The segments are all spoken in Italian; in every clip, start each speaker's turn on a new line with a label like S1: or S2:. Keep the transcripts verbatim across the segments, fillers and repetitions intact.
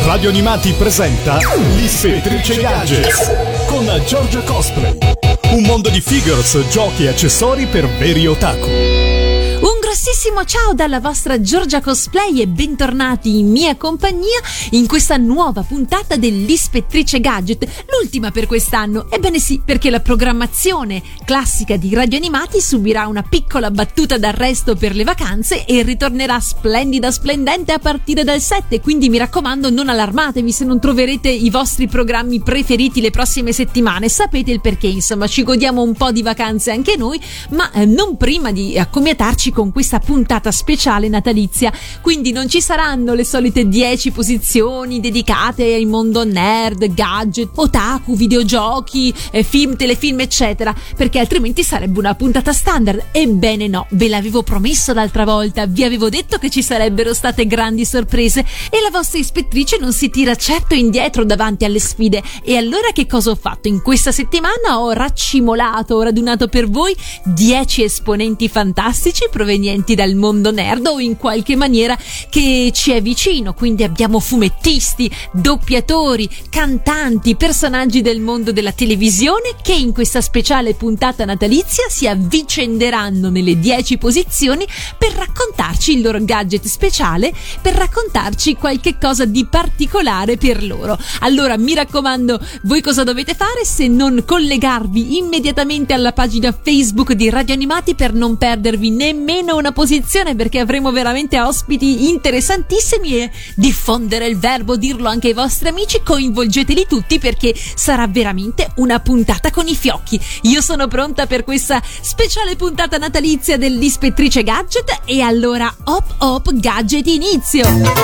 S1: Radio Animati presenta l'Ispettrice Gadgets con Giorgia Cosplay. Un mondo di figures, giochi e accessori per veri otaku.
S2: Un grossissimo ciao dalla vostra Giorgia Cosplay e bentornati in mia compagnia in questa nuova puntata dell'Ispettrice Gadget, l'ultima per quest'anno. Ebbene sì, perché la programmazione classica di Radio Animati subirà una piccola battuta d'arresto per le vacanze e ritornerà splendida splendente a partire dal sette, quindi mi raccomando non allarmatevi se non troverete i vostri programmi preferiti le prossime settimane. Sapete il perché, insomma, ci godiamo un po' di vacanze anche noi, ma eh, non prima di accomiatarci con questa puntata speciale natalizia, quindi non ci saranno le solite dieci posizioni dedicate al mondo nerd, gadget, otaku, videogiochi, eh, film, telefilm eccetera, perché altrimenti sarebbe una puntata standard. Ebbene no, ve l'avevo promesso l'altra volta, vi avevo detto che ci sarebbero state grandi sorprese e la vostra ispettrice non si tira certo indietro davanti alle sfide. E allora che cosa ho fatto? In questa settimana ho raccimolato, ho radunato per voi dieci esponenti fantastici provenienti dal mondo nerd o in qualche maniera che ci è vicino, quindi abbiamo fumettisti, doppiatori, cantanti, personaggi del mondo della televisione che in questa speciale puntata natalizia si avvicenderanno nelle dieci posizioni per raccontarci il loro gadget speciale, per raccontarci qualche cosa di particolare per loro. Allora mi raccomando, voi cosa dovete fare se non collegarvi immediatamente alla pagina Facebook di Radio Animati per non perdervi nemmeno una posizione, perché avremo veramente ospiti interessantissimi, e diffondere il verbo, dirlo anche ai vostri amici, coinvolgeteli tutti perché sarà veramente una puntata con i fiocchi. Io sono pronta per questa speciale puntata natalizia dell'Ispettrice Gadget e allora hop hop gadget inizio!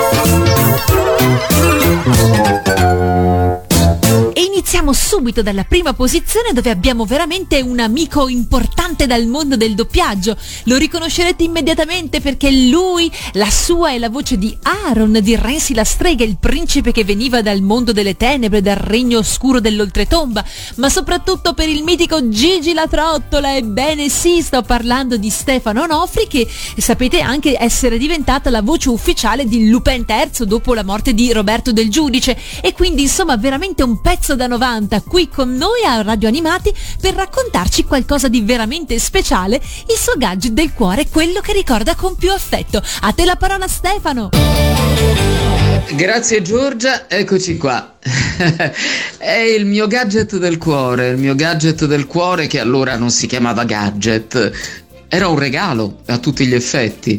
S2: E iniziamo subito dalla prima posizione, dove abbiamo veramente un amico importante dal mondo del doppiaggio. Lo riconoscerete immediatamente perché lui, la sua è la voce di Aaron di Renzi la strega, il principe che veniva dal mondo delle tenebre, dal regno oscuro dell'oltretomba, ma soprattutto per il mitico Gigi la trottola. Ebbene sì, sto parlando di Stefano Onofri, che sapete anche essere diventata la voce ufficiale di Lupin terzo dopo la morte di Roberto Del Giudice, e quindi insomma veramente un pezzo da novanta qui con noi a Radio Animati per raccontarci qualcosa di veramente speciale, il suo gadget del cuore, quello che ricorda con più affetto. A te la parola, Stefano.
S3: Grazie Giorgia, eccoci qua. È il mio gadget del cuore, il mio gadget del cuore che allora non si chiamava gadget, era un regalo a tutti gli effetti.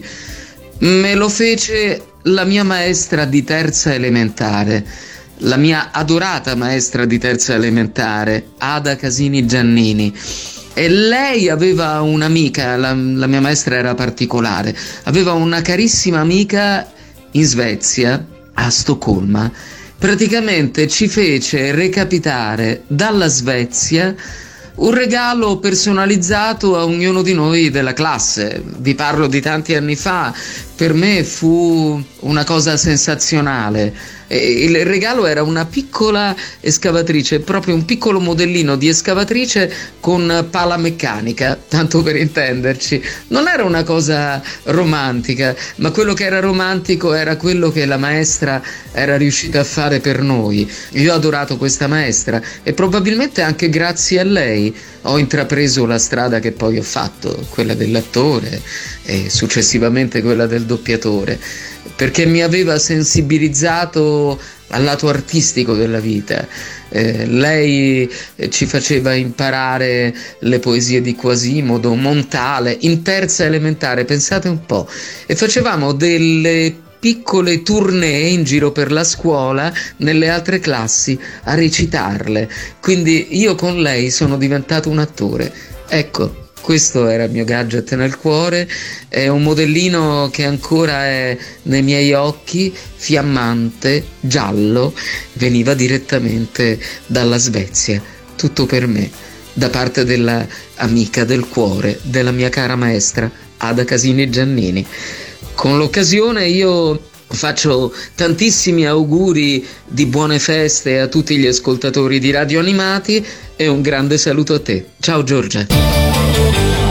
S3: Me lo fece la mia maestra di terza elementare, la mia adorata maestra di terza elementare, Ada Casini Giannini. E lei aveva un'amica, la, la mia maestra era particolare, aveva una carissima amica in Svezia, a Stoccolma. Praticamente ci fece recapitare dalla Svezia un regalo personalizzato a ognuno di noi della classe. Vi parlo di tanti anni fa, per me fu una cosa sensazionale. Il regalo era una piccola escavatrice, proprio un piccolo modellino di escavatrice con pala meccanica, tanto per intenderci. Non era una cosa romantica, ma quello che era romantico era quello che la maestra era riuscita a fare per noi. Io ho adorato questa maestra e probabilmente anche grazie a lei ho intrapreso la strada che poi ho fatto, quella dell'attore e successivamente quella del doppiatore, perché mi aveva sensibilizzato al lato artistico della vita. Eh, lei ci faceva imparare le poesie di Quasimodo, Montale, in terza elementare, pensate un po', e facevamo delle piccole tournée in giro per la scuola, nelle altre classi, a recitarle. Quindi io con lei sono diventato un attore. Ecco, questo era il mio gadget nel cuore, è un modellino che ancora è nei miei occhi, fiammante, giallo, veniva direttamente dalla Svezia, tutto per me, da parte della amica del cuore, della mia cara maestra, Ada Casini Giannini. Con l'occasione io faccio tantissimi auguri di buone feste a tutti gli ascoltatori di Radio Animati e un grande saluto a te. Ciao Giorgia.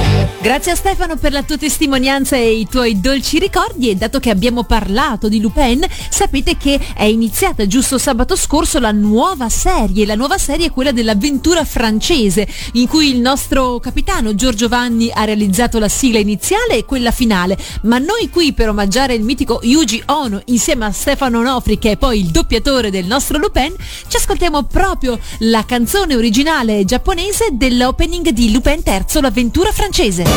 S2: Grazie a Stefano per la tua testimonianza e i tuoi dolci ricordi, e dato che abbiamo parlato di Lupin, sapete che è iniziata giusto sabato scorso la nuova serie, la nuova serie è quella dell'avventura francese, in cui il nostro capitano Giorgio Vanni ha realizzato la sigla iniziale e quella finale, ma noi qui per omaggiare il mitico Yuji Ono insieme a Stefano Onofri, che è poi il doppiatore del nostro Lupin, ci ascoltiamo proprio la canzone originale giapponese dell'opening di Lupin terzo, l'avventura francese.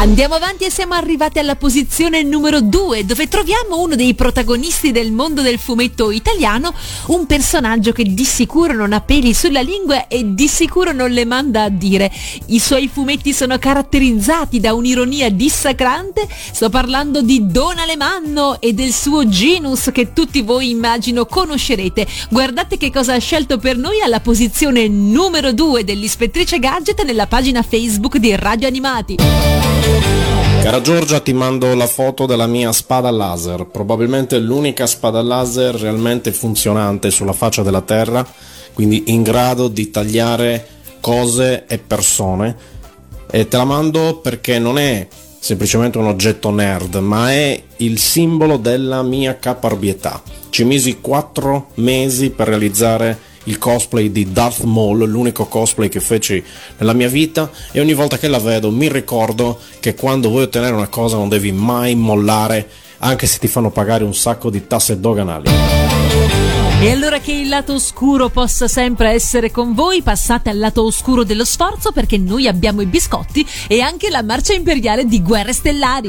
S2: Andiamo avanti e siamo arrivati alla posizione numero due, dove troviamo uno dei protagonisti del mondo del fumetto italiano, un personaggio che di sicuro non ha peli sulla lingua e di sicuro non le manda a dire. I suoi fumetti sono caratterizzati da un'ironia dissacrante. Sto parlando di Don Alemanno e del suo genus che tutti voi immagino conoscerete. Guardate che cosa ha scelto per noi alla posizione numero due dell'Ispettrice Gadget nella pagina Facebook di Radio Animati.
S4: Cara Giorgia, ti mando la foto della mia spada laser, probabilmente l'unica spada laser realmente funzionante sulla faccia della terra, quindi in grado di tagliare cose e persone, e te la mando perché non è semplicemente un oggetto nerd, ma è il simbolo della mia caparbietà. Ci misi quattro mesi per realizzare il cosplay di Darth Maul, l'unico cosplay che feci nella mia vita, e ogni volta che la vedo mi ricordo che quando vuoi ottenere una cosa non devi mai mollare, anche se ti fanno pagare un sacco di tasse doganali.
S2: E allora che il lato oscuro possa sempre essere con voi, passate al lato oscuro dello sforzo, perché noi abbiamo i biscotti e anche la marcia imperiale di Guerre Stellari.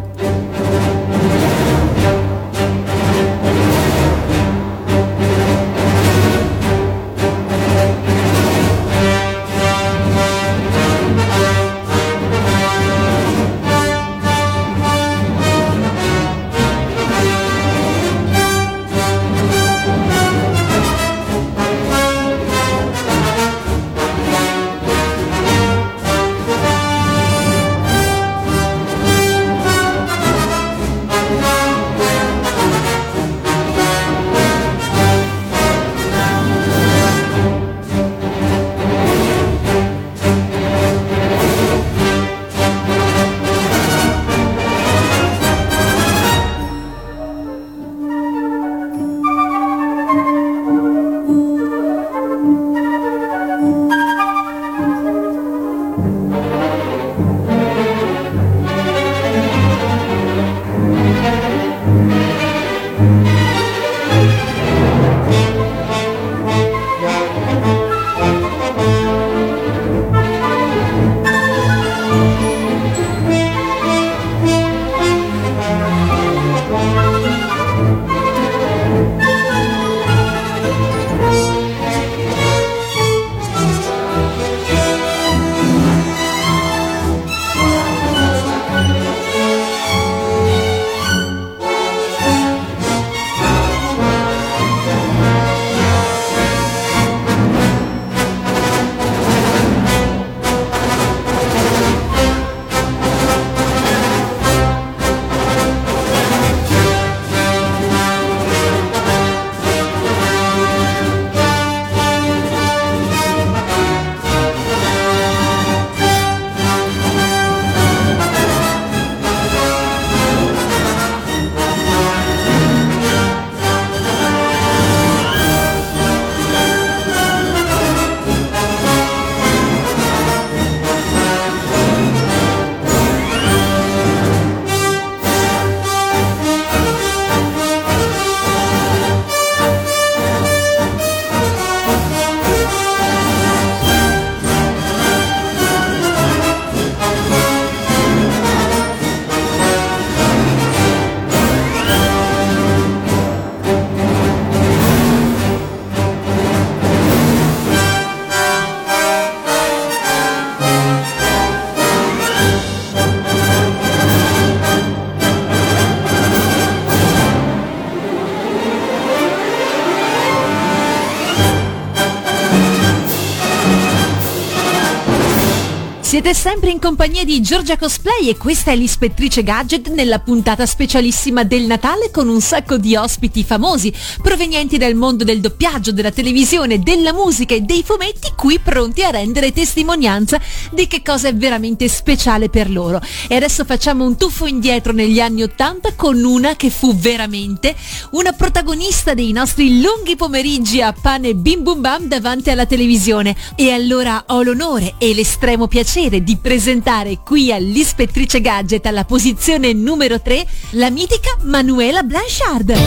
S2: Siete sempre in compagnia di Giorgia Cosplay e questa è l'Ispettrice Gadget nella puntata specialissima del Natale, con un sacco di ospiti famosi provenienti dal mondo del doppiaggio, della televisione, della musica e dei fumetti, qui pronti a rendere testimonianza di che cosa è veramente speciale per loro. E adesso facciamo un tuffo indietro negli anni Ottanta con una che fu veramente una protagonista dei nostri lunghi pomeriggi a pane bim bum bam davanti alla televisione. E allora ho l'onore e l'estremo piacere di presentare qui all'Ispettrice Gadget alla posizione numero tre la mitica Manuela Blanchard.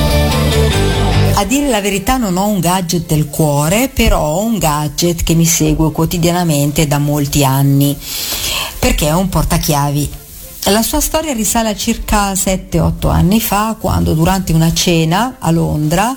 S5: A dire la verità non ho un gadget del cuore, però ho un gadget che mi segue quotidianamente da molti anni, perché è un portachiavi. La sua storia risale a circa sette otto anni fa, quando durante una cena a Londra,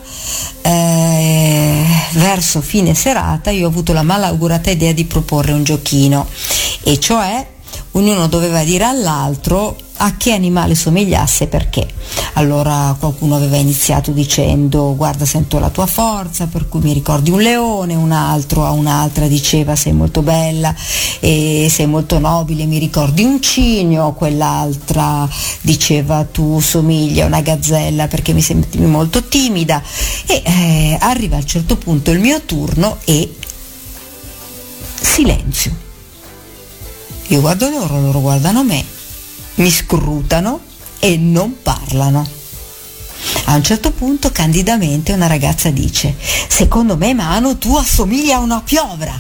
S5: eh, verso fine serata, io ho avuto la malaugurata idea di proporre un giochino, e cioè ognuno doveva dire all'altro a che animale somigliasse e perché. Allora qualcuno aveva iniziato dicendo: guarda, sento la tua forza, per cui mi ricordi un leone. Un altro a un'altra diceva: sei molto bella e sei molto nobile, mi ricordi un cigno. Quell'altra diceva: tu somigli a una gazzella perché mi senti molto timida. E eh, arriva a un certo punto il mio turno e silenzio. Io guardo loro, loro guardano me, mi scrutano e non parlano. A un certo punto, candidamente, una ragazza dice: secondo me, Manu, tu assomigli a una piovra.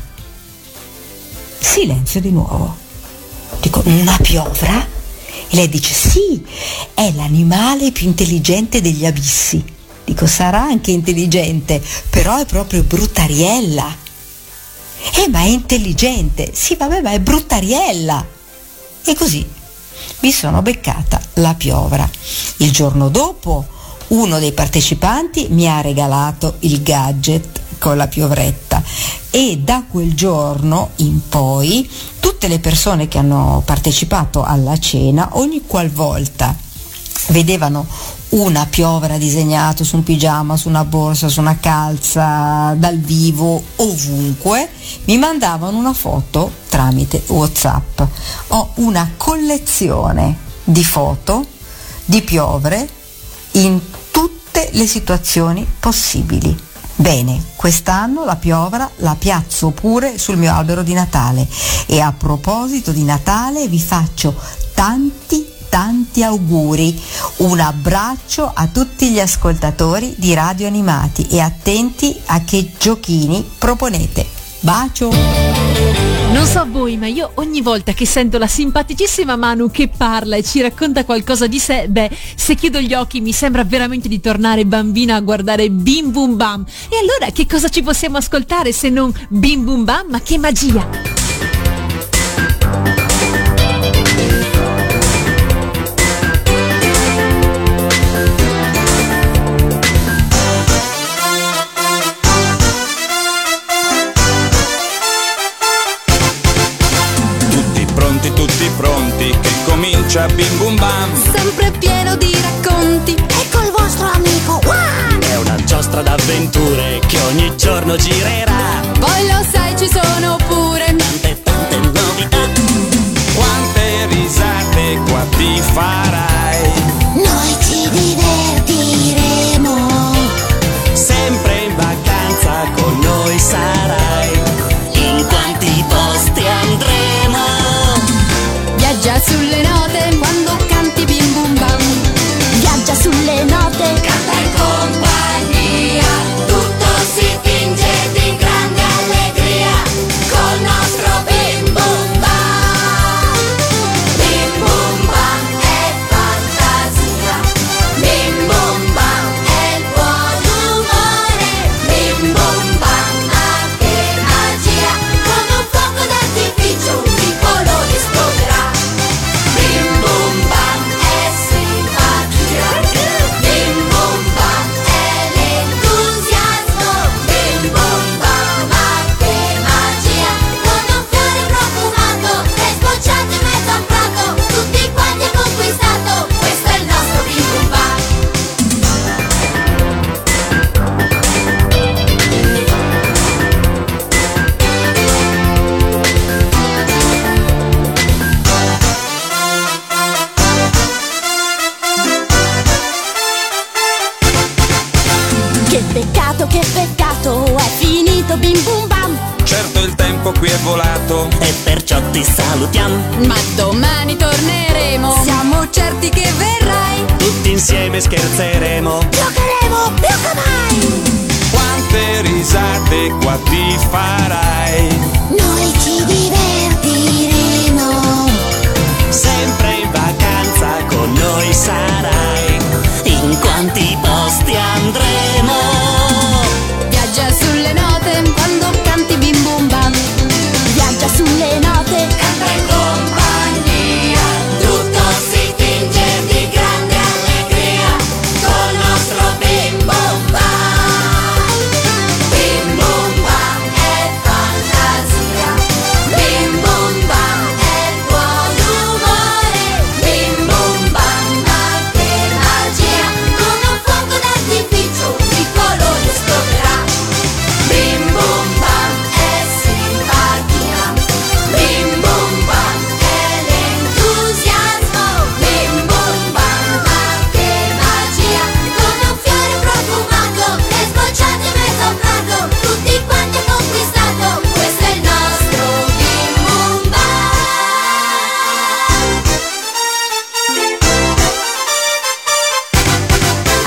S5: Silenzio di nuovo. Dico: una piovra? E lei dice: sì, è l'animale più intelligente degli abissi. Dico: sarà anche intelligente, però è proprio bruttariella. Eh, ma è intelligente. Sì, vabbè, ma è bruttariella. E così mi sono beccata la piovra. Il giorno dopo uno dei partecipanti mi ha regalato il gadget con la piovretta, e da quel giorno in poi tutte le persone che hanno partecipato alla cena, ogni qualvolta vedevano una piovra disegnata su un pigiama, su una borsa, su una calza, dal vivo, ovunque, mi mandavano una foto tramite WhatsApp. Ho una collezione di foto di piovre in tutte le situazioni possibili. Bene, quest'anno la piovra la piazzo pure sul mio albero di Natale, e a proposito di Natale vi faccio tanti tanti auguri. Un abbraccio a tutti gli ascoltatori di Radio Animati e attenti a che giochini proponete. Bacio!
S2: Non so voi, ma io ogni volta che sento la simpaticissima Manu che parla e ci racconta qualcosa di sé, beh, se chiudo gli occhi mi sembra veramente di tornare bambina a guardare Bim Bum Bam. E allora che cosa ci possiamo ascoltare se non Bim Bum Bam? Ma che magia!
S6: Tutti pronti, che comincia Bim Bum Bam.
S7: Sempre pieno di racconti, ecco il vostro amico Juan.
S8: È una giostra d'avventure che ogni giorno girerà.
S7: Poi lo sai, ci sono pure
S8: tante tante novità.
S6: Quante risate qua ti farai.
S7: Noi ci divertiremo.
S8: Sempre in vacanza con noi sarai. In quanti posti andremo?
S7: Viaggia sulle note quando canti Bim Bum Bam. Viaggia sulle note, canta in compagnia. Tutto si tinge di grande allegria col nostro Bim Bum Bam. Bim Bum Bam è fantasia. Bim Bum Bam è il buon umore. Bim Bum Bam ha che magia. Con un fuoco d'artificio di colori esploderà. Bim Bum Bam è simpatia. Bim Bum Bam è l'entusiasmo. Bim Bum Bam ha che magia. Con un fiore profumato è sbocciato in mezzo a un prato. Tutti quanti è conquistato. Questo è il nostro Bim Bum Bam. Che peccato, che peccato, è finito Bim Bum Bam.
S6: Certo il tempo qui è volato.
S8: E perciò ti salutiamo.
S7: Ma domani torneremo. Siamo certi che verrai.
S8: Tutti insieme scherzeremo.
S7: Giocheremo più che mai.
S6: Quante risate qua ti farai.
S7: Noi ci divertiremo.
S8: Sempre in vacanza con noi sarai. In quanti posti andremo?
S7: Viaggia sulle note quando canti Bim Bum Bam. Viaggia sulle note, canta in compagnia. Tutto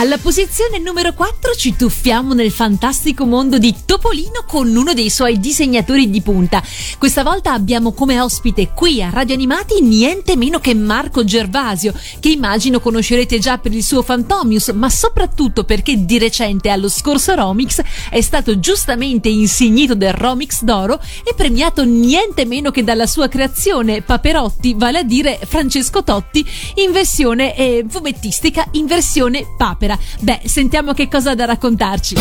S2: Alla posizione numero quattro ci tuffiamo nel fantastico mondo di Topolino con uno dei suoi disegnatori di punta. Questa volta abbiamo come ospite qui a Radio Animati niente meno che Marco Gervasio, che immagino conoscerete già per il suo Fantomius, ma soprattutto perché di recente allo scorso Romix è stato giustamente insignito del Romix d'oro e premiato niente meno che dalla sua creazione Paperotti, vale a dire Francesco Totti, in versione eh, fumettistica, in versione papera. Beh, sentiamo che cosa ha da raccontarci.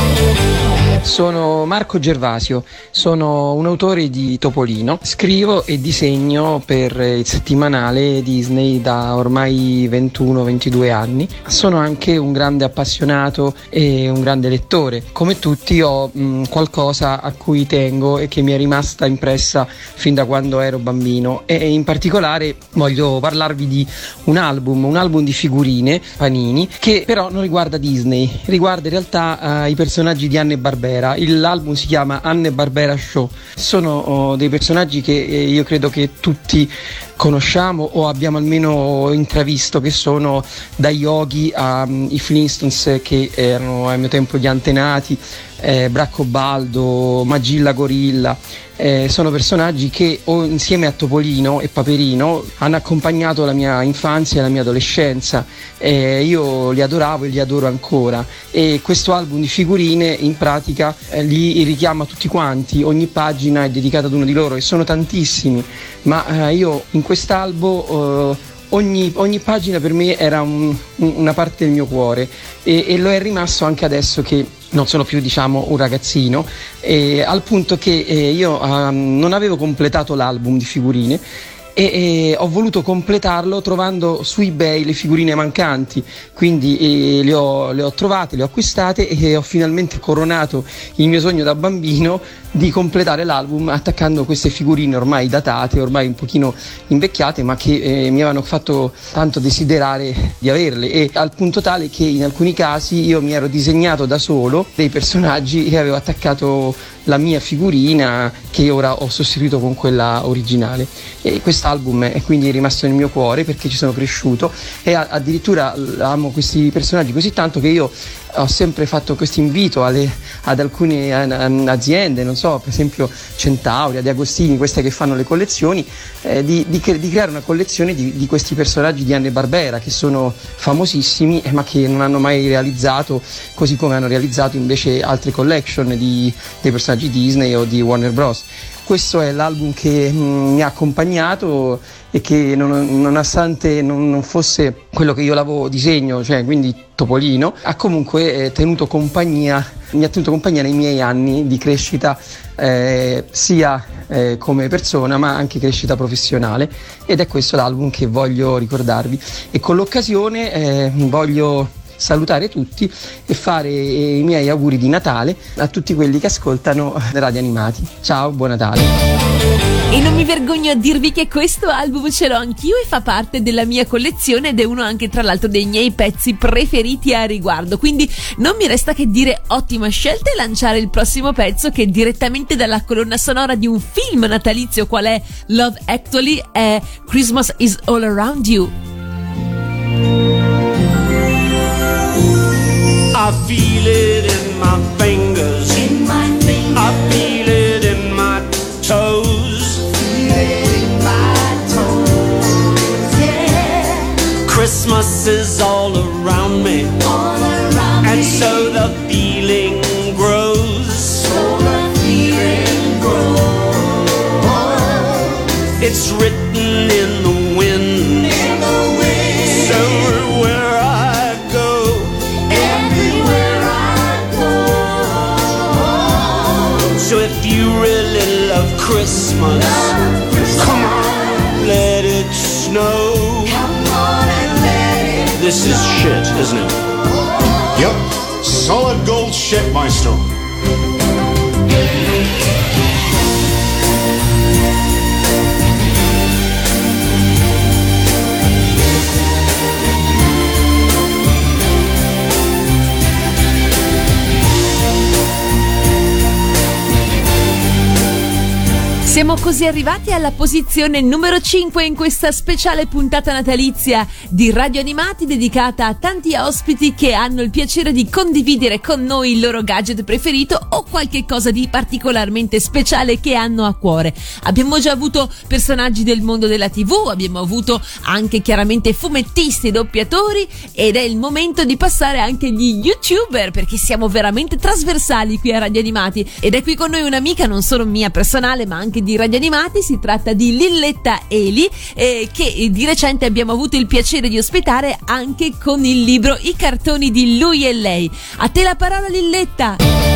S9: Sono Marco Gervasio, sono un autore di Topolino, scrivo e disegno per il settimanale Disney da ormai ventuno ventidue anni. Sono anche un grande appassionato e un grande lettore. Come tutti ho mh, qualcosa a cui tengo e che mi è rimasta impressa fin da quando ero bambino, e in particolare voglio parlarvi di un album, un album di figurine Panini che però non riguarda Disney, riguarda in realtà uh, i personaggi di Hanna-Barbera. L'album si chiama Hanna-Barbera Show. Sono oh, dei personaggi che eh, io credo che tutti conosciamo o abbiamo almeno intravisto, che sono da Yogi ai um, Flintstones, che erano al mio tempo gli antenati, eh, Braccobaldo, Magilla Gorilla. Eh, sono personaggi che o insieme a Topolino e Paperino hanno accompagnato la mia infanzia e la mia adolescenza. Eh, io li adoravo e li adoro ancora, e questo album di figurine in pratica eh, li richiama tutti quanti. Ogni pagina è dedicata ad uno di loro e sono tantissimi, ma eh, io in quest'album eh, Ogni, ogni pagina per me era un, un, una parte del mio cuore, e, e lo è rimasto anche adesso che non sono più, diciamo, un ragazzino, e al punto che eh, io um, non avevo completato l'album di figurine e, e ho voluto completarlo trovando su eBay le figurine mancanti, quindi eh, le, ho, le ho trovate, le ho acquistate e ho finalmente coronato il mio sogno da bambino di completare l'album attaccando queste figurine ormai datate, ormai un pochino invecchiate, ma che eh, mi avevano fatto tanto desiderare di averle, e al punto tale che in alcuni casi io mi ero disegnato da solo dei personaggi e avevo attaccato la mia figurina che ora ho sostituito con quella originale. E quest'album è quindi rimasto nel mio cuore perché ci sono cresciuto, e a- addirittura amo questi personaggi così tanto che io ho sempre fatto questo invito alle, ad alcune aziende, non so, per esempio Centauria, De Agostini, queste che fanno le collezioni, eh, di, di, cre- di creare una collezione di, di questi personaggi di Hanna-Barbera che sono famosissimi, eh, ma che non hanno mai realizzato, così come hanno realizzato invece altre collection di, dei personaggi Disney o di Warner Bros. Questo è l'album che mh, mi ha accompagnato e che non, nonostante non, non fosse quello che io l'avevo disegno, cioè quindi Topolino, ha comunque eh, tenuto compagnia, mi ha tenuto compagnia nei miei anni di crescita, eh, sia eh, come persona ma anche crescita professionale, ed è questo l'album che voglio ricordarvi. E con l'occasione eh, voglio salutare tutti e fare i miei auguri di Natale a tutti quelli che ascoltano Radio Animati. Ciao, buon Natale.
S2: E non mi vergogno a dirvi che questo album ce l'ho anch'io e fa parte della mia collezione, ed è uno anche tra l'altro dei miei pezzi preferiti a riguardo, quindi non mi resta che dire ottima scelta e lanciare il prossimo pezzo, che direttamente dalla colonna sonora di un film natalizio qual è Love Actually, è Christmas is All Around You.
S8: I feel it in my fingers,
S7: In my fingers,
S8: I feel it in my toes.
S7: in my toes, yeah.
S8: Christmas is all around me,
S7: All around
S8: and
S7: me,
S8: so the feeling grows.
S7: so the feeling grows.
S8: It's written in the wind,
S7: In the wind,
S8: so everywhere I go,
S7: everywhere I go.
S8: so if you really love Christmas,
S7: Love Christmas,
S8: come on, let it snow.
S7: come on and let it
S8: This is shit, isn't it?
S1: Yep, solid gold shit, maestro.
S2: Siamo così arrivati alla posizione numero cinque in questa speciale puntata natalizia di Radio Animati, dedicata a tanti ospiti che hanno il piacere di condividere con noi il loro gadget preferito o qualche cosa di particolarmente speciale che hanno a cuore. Abbiamo già avuto personaggi del mondo della tivù, abbiamo avuto anche chiaramente fumettisti e doppiatori, ed è il momento di passare anche agli youtuber, perché siamo veramente trasversali qui a Radio Animati. Ed è qui con noi un'amica non solo mia personale ma anche di Radio Animati. Si tratta di Lilletta Eli, eh, che di recente abbiamo avuto il piacere di ospitare anche con il libro I cartoni di lui e lei. A te la parola, Lilletta.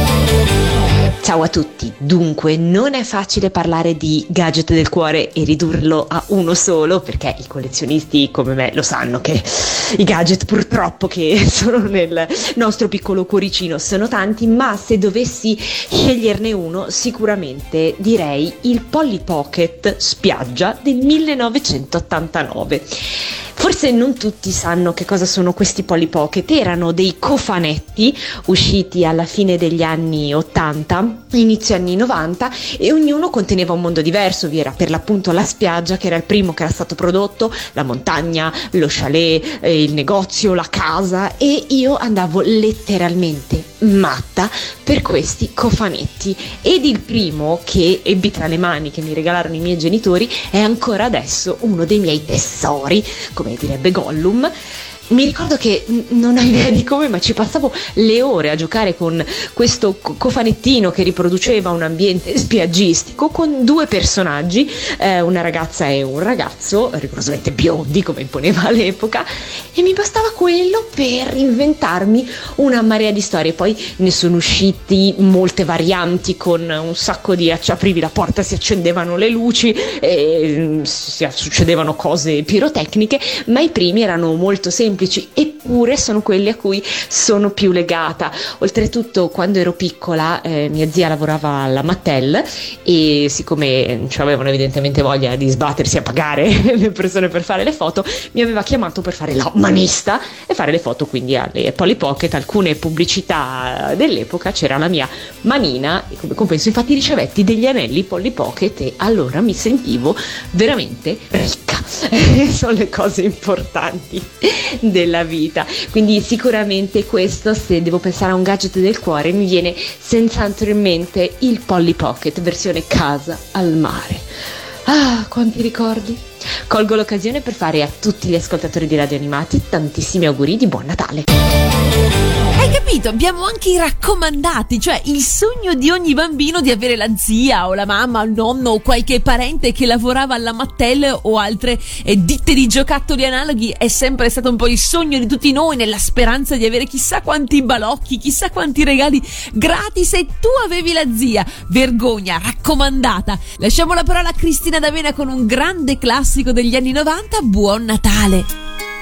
S10: Ciao a tutti. Dunque, non è facile parlare di gadget del cuore e ridurlo a uno solo, perché i collezionisti come me lo sanno che i gadget purtroppo che sono nel nostro piccolo cuoricino sono tanti, ma se dovessi sceglierne uno sicuramente direi il Polly Pocket spiaggia del millenovecentottantanove. Forse non tutti sanno che cosa sono questi Polly Pocket. Erano dei cofanetti usciti alla fine degli anni ottanta, inizio anni novanta, e ognuno conteneva un mondo diverso. Vi era per l'appunto la spiaggia, che era il primo che era stato prodotto, la montagna, lo chalet, eh, il negozio, la casa, e io andavo letteralmente matta per questi cofanetti. Ed il primo che ebbi tra le mani, che mi regalarono i miei genitori, è ancora adesso uno dei miei tesori, come direbbe Gollum. Mi ricordo che non ho idea di come, ma ci passavo le ore a giocare con questo cofanettino che riproduceva un ambiente spiaggistico con due personaggi, eh, una ragazza e un ragazzo, rigorosamente biondi come imponeva all'epoca, e mi bastava quello per inventarmi una marea di storie. Poi ne sono usciti molte varianti con un sacco di aprivi la porta, si accendevano le luci e si succedevano cose pirotecniche, ma i primi erano molto semplici, eppure sono quelli a cui sono più legata. Oltretutto, quando ero piccola, eh, mia zia lavorava alla Mattel, e siccome avevano evidentemente voglia di sbattersi a pagare le persone per fare le foto, mi aveva chiamato per fare la manista e fare le foto quindi alle Polly Pocket. Alcune pubblicità dell'epoca c'era la mia manina e come compenso infatti ricevetti degli anelli Polly Pocket, e allora mi sentivo veramente ricca. Sono le cose importanti della vita. Quindi sicuramente questo, se devo pensare a un gadget del cuore, mi viene senz'altro in mente il Polly Pocket versione casa al mare. Ah, quanti ricordi! Colgo l'occasione per fare a tutti gli ascoltatori di Radio Animati tantissimi auguri di buon Natale.
S2: Hai capito? Abbiamo anche i raccomandati, cioè il sogno di ogni bambino di avere la zia o la mamma o il nonno o qualche parente che lavorava alla Mattel o altre eh, ditte di giocattoli analoghi. È sempre stato un po' il sogno di tutti noi, nella speranza di avere chissà quanti balocchi, chissà quanti regali gratis, e tu avevi la zia. Vergogna, raccomandata. Lasciamo la parola a Cristina D'Avena con un grande classico degli anni novanta. Buon Natale.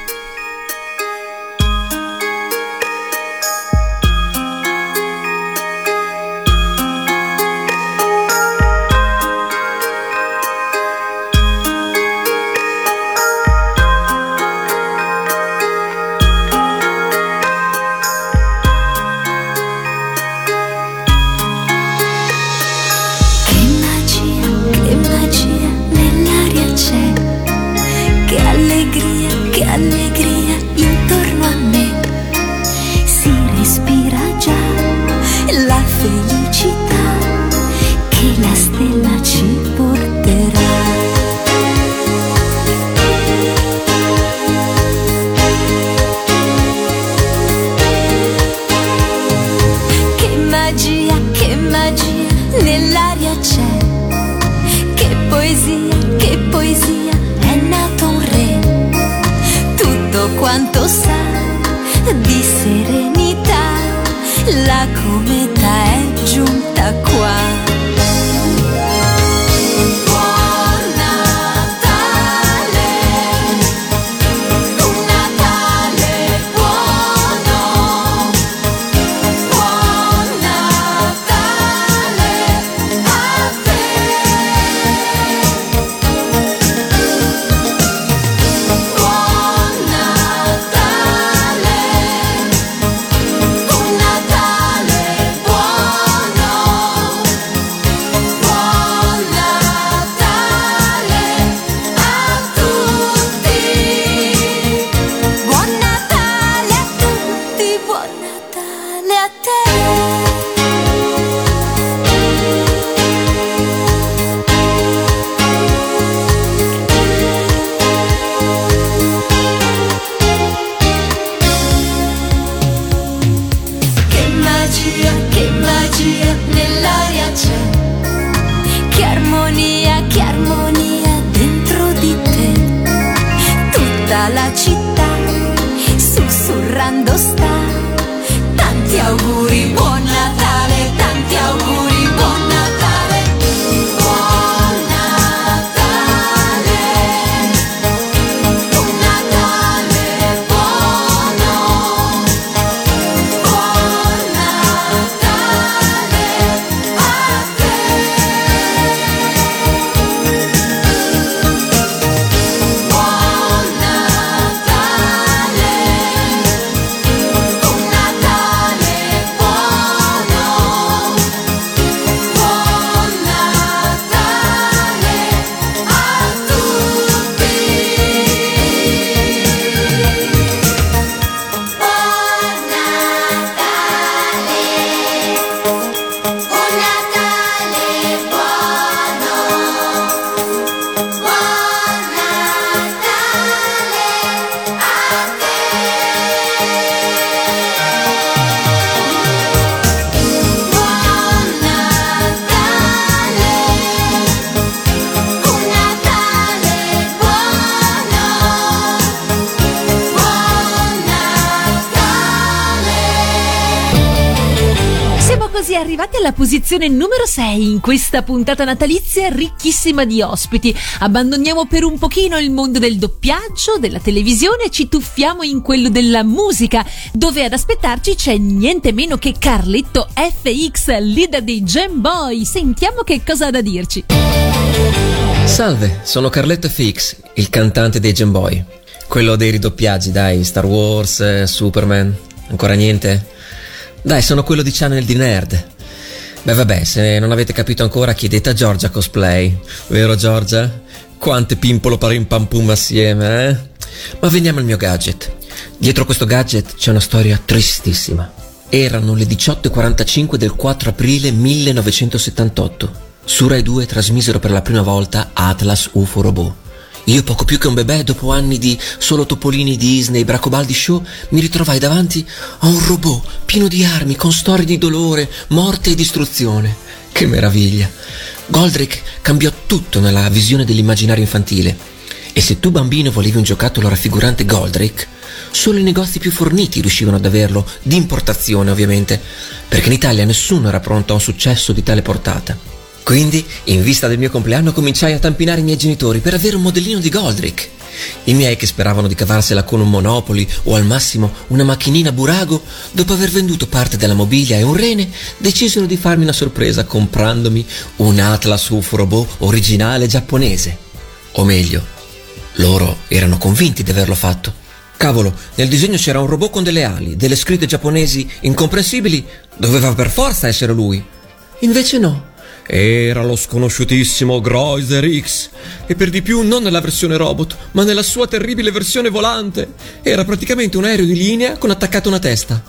S7: Quanto sa di serenità, la cometa è giunta qua. sussurrando sta. Tanti auguri, buon Natale, tanti auguri, buon Natale, buon Natale, un Natale buono, buon Natale a te. Buon Natale, un Natale buono, buon Natale a tutti. Buon Natale, un Natale buono, buon Natale a te. Buon Natale, un Natale buono, buon Natale.
S2: Siamo così arrivati alla posizione numero sei in questa puntata natalizia ricchissima di ospiti. Abbandoniamo per un pochino il mondo del doppiaggio, della televisione e ci tuffiamo in quello della musica, dove ad aspettarci c'è niente meno che Carletto F X, leader dei Jam Boy. Sentiamo che cosa ha da dirci.
S11: Salve, sono Carletto F X, il cantante dei Jam Boy. Quello dei ridoppiaggi, dai, Star Wars, eh, Superman, ancora niente? Dai, sono quello di Channel di Nerd. Beh vabbè, se non avete capito ancora chiedete a Giorgia Cosplay. Vero Giorgia? Quante pimpolo parim pam pum assieme, eh? Ma veniamo al mio gadget. Dietro questo gadget c'è una storia tristissima. Erano le diciotto e quarantacinque del quattro aprile millenovecentosettantotto. Su Rai due trasmisero per la prima volta Atlas U F O Robot. Io, poco più che un bebè, dopo anni di solo topolini Disney, Bracobaldi Show, mi ritrovai davanti a un robot pieno di armi, con storie di dolore, morte e distruzione. Che meraviglia! Goldrake cambiò tutto nella visione dell'immaginario infantile. E se tu bambino volevi un giocattolo raffigurante Goldrake, solo i negozi più forniti riuscivano ad averlo, di importazione ovviamente, perché in Italia nessuno era pronto a un successo di tale portata. Quindi, in vista del mio compleanno, cominciai a tampinare i miei genitori per avere un modellino di Goldrake. I miei, che speravano di cavarsela con un Monopoly o al massimo una macchinina Burago, dopo aver venduto parte della mobilia e un rene, decisero di farmi una sorpresa comprandomi un Atlas U F O Robot originale giapponese. O meglio, loro erano convinti di averlo fatto. Cavolo, nel disegno c'era un robot con delle ali, delle scritte giapponesi incomprensibili, doveva per forza essere lui. Invece no. Era lo sconosciutissimo Groiser X, e per di più non nella versione robot, ma nella sua terribile versione volante. Era praticamente un aereo di linea con attaccata una testa.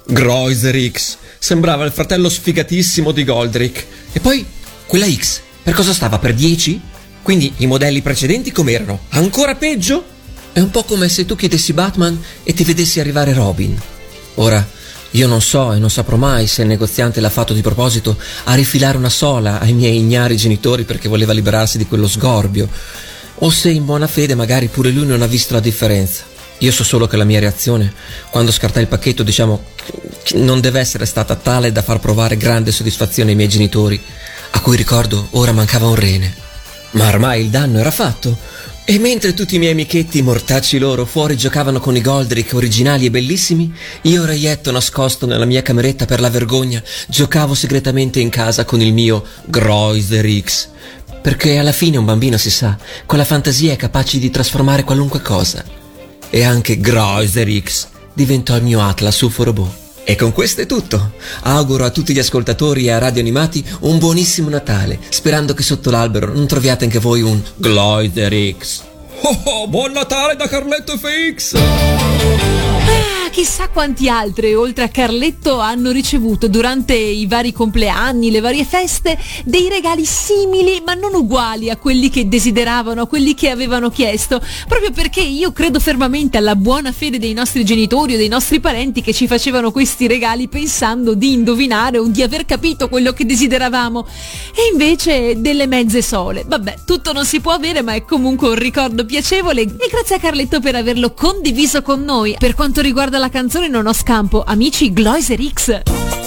S11: Groiser X sembrava il fratello sfigatissimo di Goldrake. E poi quella X, per cosa stava? Per dieci? Quindi i modelli precedenti com'erano? Ancora peggio? È un po' come se tu chiedessi Batman e ti vedessi arrivare Robin. Ora, io non so e non saprò mai se il negoziante l'ha fatto di proposito a rifilare una sola ai miei ignari genitori perché voleva liberarsi di quello sgorbio, o se in buona fede magari pure lui non ha visto la differenza. Io so solo che la mia reazione, quando scartai il pacchetto, diciamo, non deve essere stata tale da far provare grande soddisfazione ai miei genitori, a cui ricordo ora mancava un rene. Ma ormai il danno era fatto. E mentre tutti i miei amichetti, mortacci loro, fuori giocavano con i Goldrake originali e bellissimi, io, reietto nascosto nella mia cameretta per la vergogna, giocavo segretamente in casa con il mio Groiser X. Perché alla fine un bambino, si sa, con la fantasia è capace di trasformare qualunque cosa. E anche Groiser X diventò il mio Atlas U F O Robot. E con questo è tutto. Auguro a tutti gli ascoltatori e a Radio Animati un buonissimo Natale, sperando che sotto l'albero non troviate anche voi un Gloider X. Oh, oh, buon Natale da Carletto F X!
S2: Ah, chissà quanti altri, oltre a Carletto, hanno ricevuto durante i vari compleanni, le varie feste, dei regali simili ma non uguali a quelli che desideravano, a quelli che avevano chiesto, proprio perché io credo fermamente alla buona fede dei nostri genitori o dei nostri parenti che ci facevano questi regali pensando di indovinare o di aver capito quello che desideravamo, e invece delle mezze sole. Vabbè, tutto non si può avere, ma è comunque un ricordo piacevole e grazie a Carletto per averlo condiviso con noi. Per quanto riguarda la canzone non ho scampo, amici, Gloiser X.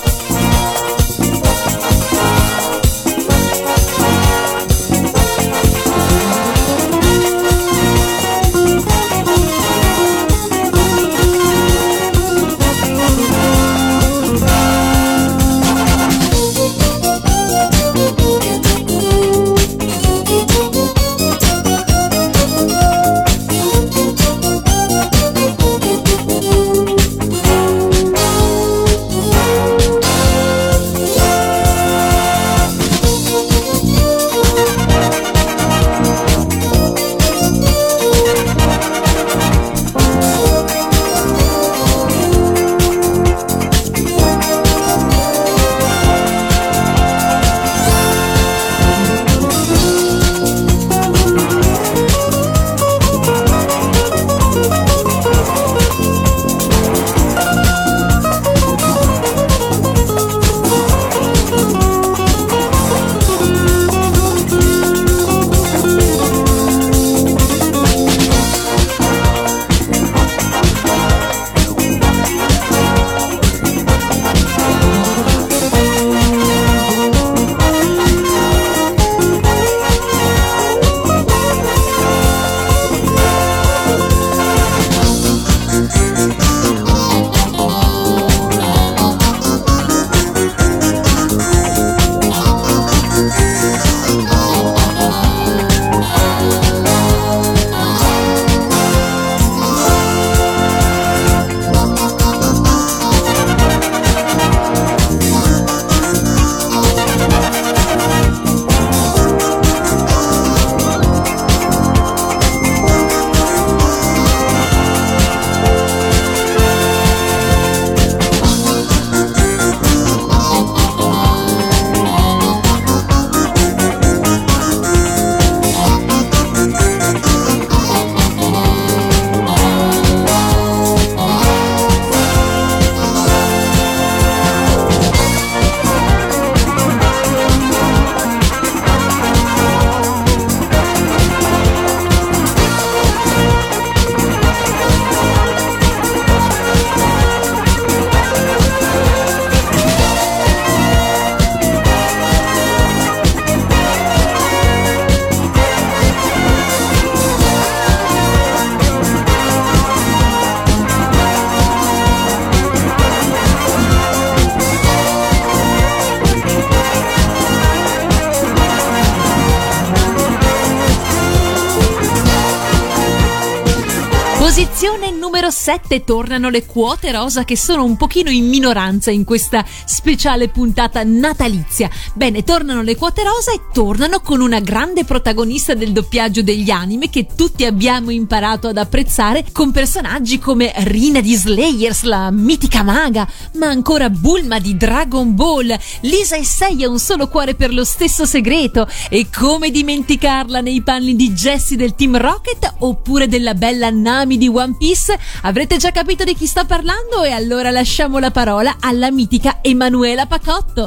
S2: Posizione numero sette, tornano le quote rosa che sono un pochino in minoranza in questa speciale puntata natalizia. Bene, tornano le quote rosa e tornano con una grande protagonista del doppiaggio degli anime che tutti abbiamo imparato ad apprezzare, con personaggi come Rina di Slayers, la mitica maga, ma ancora Bulma di Dragon Ball, Lisa e Seiya, un solo cuore per lo stesso segreto, e come dimenticarla nei panni di Jessie del Team Rocket oppure della bella Nami di One Piece. Avrete già capito di chi sto parlando e allora lasciamo la parola alla mitica Emanuela Pacotto.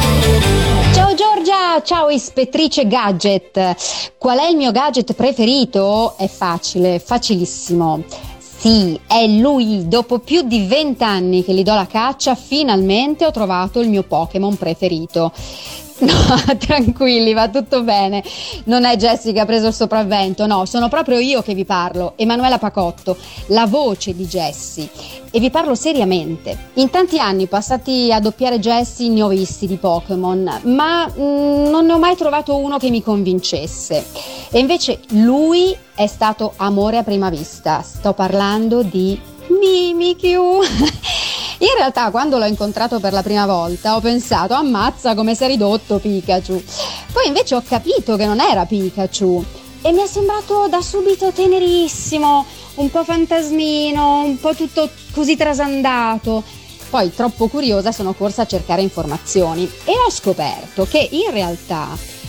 S12: Ciao Giorgia, ciao ispettrice gadget. Qual è il mio gadget preferito? È facile, facilissimo. Sì, è lui. Dopo più di vent'anni che gli do la caccia, finalmente ho trovato il mio Pokémon preferito. No, tranquilli, va tutto bene. Non è Jessie che ha preso il sopravvento, no, sono proprio io che vi parlo, Emanuela Pacotto, la voce di Jessie. E vi parlo seriamente. In tanti anni passati a doppiare Jessie ne ho visti di Pokémon, ma mh, non ne ho mai trovato uno che mi convincesse. E invece lui è stato amore a prima vista. Sto parlando di Mimikyu. In realtà quando l'ho incontrato per la prima volta ho pensato, ammazza come si è ridotto Pikachu. Poi invece ho capito che non era Pikachu e mi è sembrato da subito tenerissimo, un po' fantasmino, un po' tutto così trasandato. Poi troppo curiosa sono corsa a cercare informazioni e ho scoperto che in realtà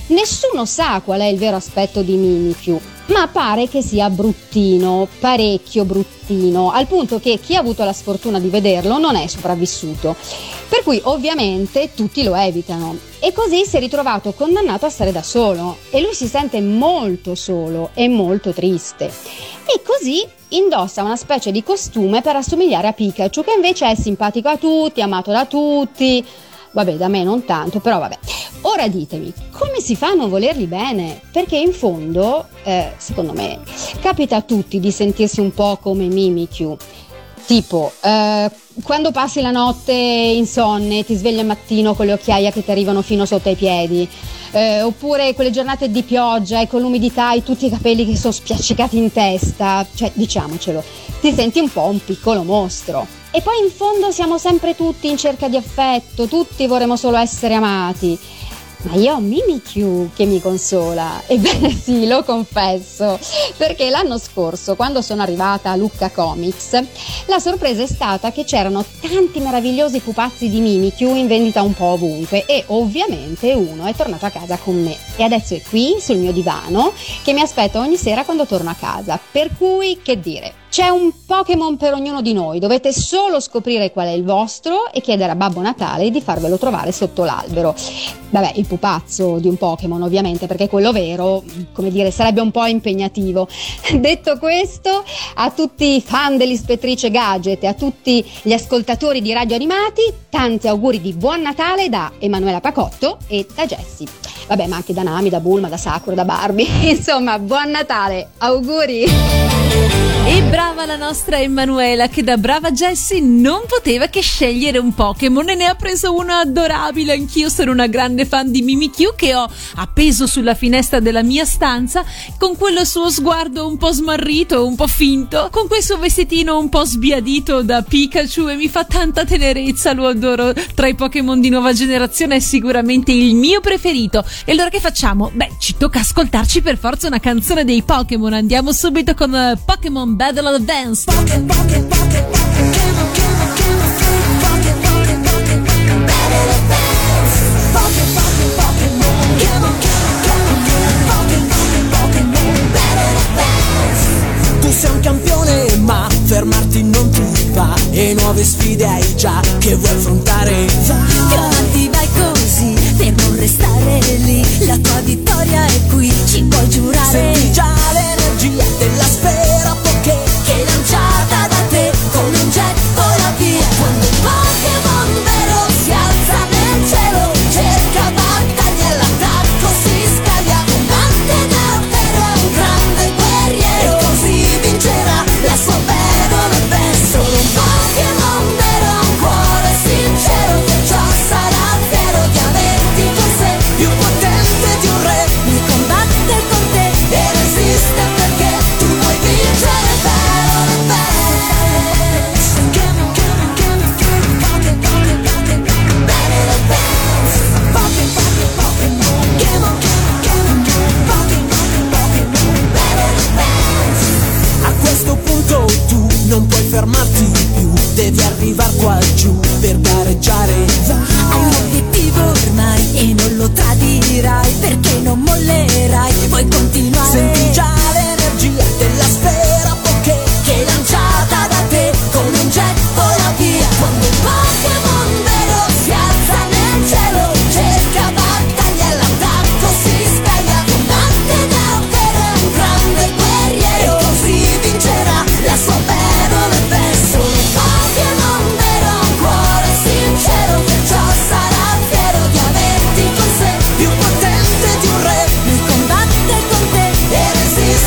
S12: Nessuno sa qual è il vero aspetto di Mimikyu, ma pare che sia bruttino, parecchio bruttino, al punto che chi ha avuto la sfortuna di vederlo non è sopravvissuto. Per cui ovviamente tutti lo evitano e così si è ritrovato condannato a stare da solo e lui si sente molto solo e molto triste. E così indossa una specie di costume per assomigliare a Pikachu, che invece è simpatico a tutti, amato da tutti. Vabbè, da me non tanto, però vabbè. Ora ditemi, come si fa a non volerli bene? Perché in fondo, eh, secondo me, capita a tutti di sentirsi un po' come Mimikyu. Tipo, eh, quando passi la notte insonne, ti svegli al mattino con le occhiaie che ti arrivano fino sotto ai piedi, eh, oppure quelle giornate di pioggia e con l'umidità e tutti i capelli che sono spiaccicati in testa, cioè diciamocelo, ti senti un po' un piccolo mostro. E poi in fondo siamo sempre tutti in cerca di affetto, tutti vorremmo solo essere amati. Ma io ho Mimikyu che mi consola. Ebbene sì, lo confesso, perché l'anno scorso, quando sono arrivata a Lucca Comics, la sorpresa è stata che c'erano tanti meravigliosi pupazzi di Mimikyu in vendita un po' ovunque e ovviamente uno è tornato a casa con me e adesso è qui sul mio divano che mi aspetta ogni sera quando torno a casa. Per cui, che dire, c'è un Pokémon per ognuno di noi, dovete solo scoprire qual è il vostro e chiedere a Babbo Natale di farvelo trovare sotto l'albero. Vabbè, il pupazzo di un Pokémon ovviamente, perché quello vero, come dire, sarebbe un po' impegnativo. Detto questo, a tutti i fan dell'Ispettrice Gadget e a tutti gli ascoltatori di Radio Animati, tanti auguri di buon Natale da Emanuela Pacotto e da Jessie. Vabbè, ma anche da Nami, da Bulma, da Sakura, da Barbie. Insomma, buon Natale, auguri!
S2: E brava la nostra Emanuela, che da brava Jessie non poteva che scegliere un Pokémon e ne ha preso uno adorabile. Anch'io sono una grande fan di Mimikyu, che ho appeso sulla finestra della mia stanza con quello suo sguardo un po' smarrito, un po' finto, con quel suo vestitino un po' sbiadito da Pikachu, e mi fa tanta tenerezza, lo adoro. Tra i Pokémon di nuova generazione è sicuramente il mio preferito. E allora che facciamo? Beh, ci tocca ascoltarci per forza una canzone dei Pokémon. Andiamo subito con uh, Pokémon Battle Advance. Pocket, pocket, pocket, pocket,
S13: tu sei un campione, ma fermarti non ti va, e nuove sfide hai già che vuoi affrontare.
S7: Più avanti vai così per non restare lì, la tua vittoria è qui, ci puoi giurare.
S13: Senti già l'energia della sfera Poké
S7: che lanciata da te come un jet vola via. Quando il Pokémon vero si alza nel cielo, cerca battaglia, l'attacco si scaglia, combatte davvero, è un grande guerriero e così vincerà la sua Battle Advance. Solo un Pokémon vero ha un cuore sincero, perciò sarà fiero di averti con sé,
S13: più potente di un re,
S7: mi combatte con te
S13: e resiste perché tu vuoi vincere Battle Advance. A questo punto tu non puoi fermarti più, devi arrivare qua giù per gareggiare.
S7: Hai un obiettivo ormai e non lo tradirai, perché non mollerai, vuoi continuare.
S13: Senti già l'energia della sfera Poké
S7: che lanciata da te come un jet vola via. Quando il Pokémon vero si alza nel cielo, cerca battaglia, l'attacco si scaglia, combatte davvero, è un grande guerriero
S13: e così
S7: vincerà la sua Battle Advance. Solo un Pokémon vero ha un cuore sincero, perciò sarà fiero di averti con sé,
S13: più potente di un re,
S7: mi combatte con te
S13: e resiste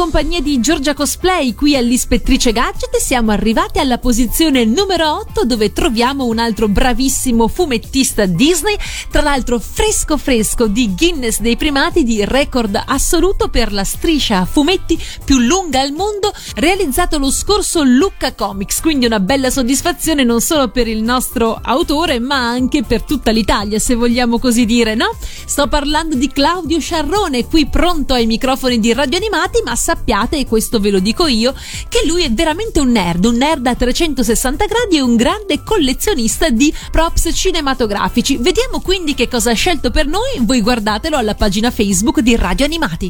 S2: compagnia di Giorgia Cosplay qui all'Ispettrice Gadget siamo arrivati alla posizione numero otto, dove troviamo un altro bravissimo fumettista Disney, tra l'altro fresco fresco di Guinness dei primati, di record assoluto per la striscia a fumetti più lunga al mondo, realizzato lo scorso Lucca Comics, quindi una bella soddisfazione non solo per il nostro autore ma anche per tutta l'Italia, se vogliamo così dire, no? Sto parlando di Claudio Sciarrone, qui pronto ai microfoni di Radio Animati, ma sappiate, e questo ve lo dico io, che lui è veramente un nerd, un nerd a trecentosessanta gradi e un grande collezionista di props cinematografici. Vediamo quindi che cosa ha scelto per noi, voi guardatelo alla pagina Facebook di Radio Animati.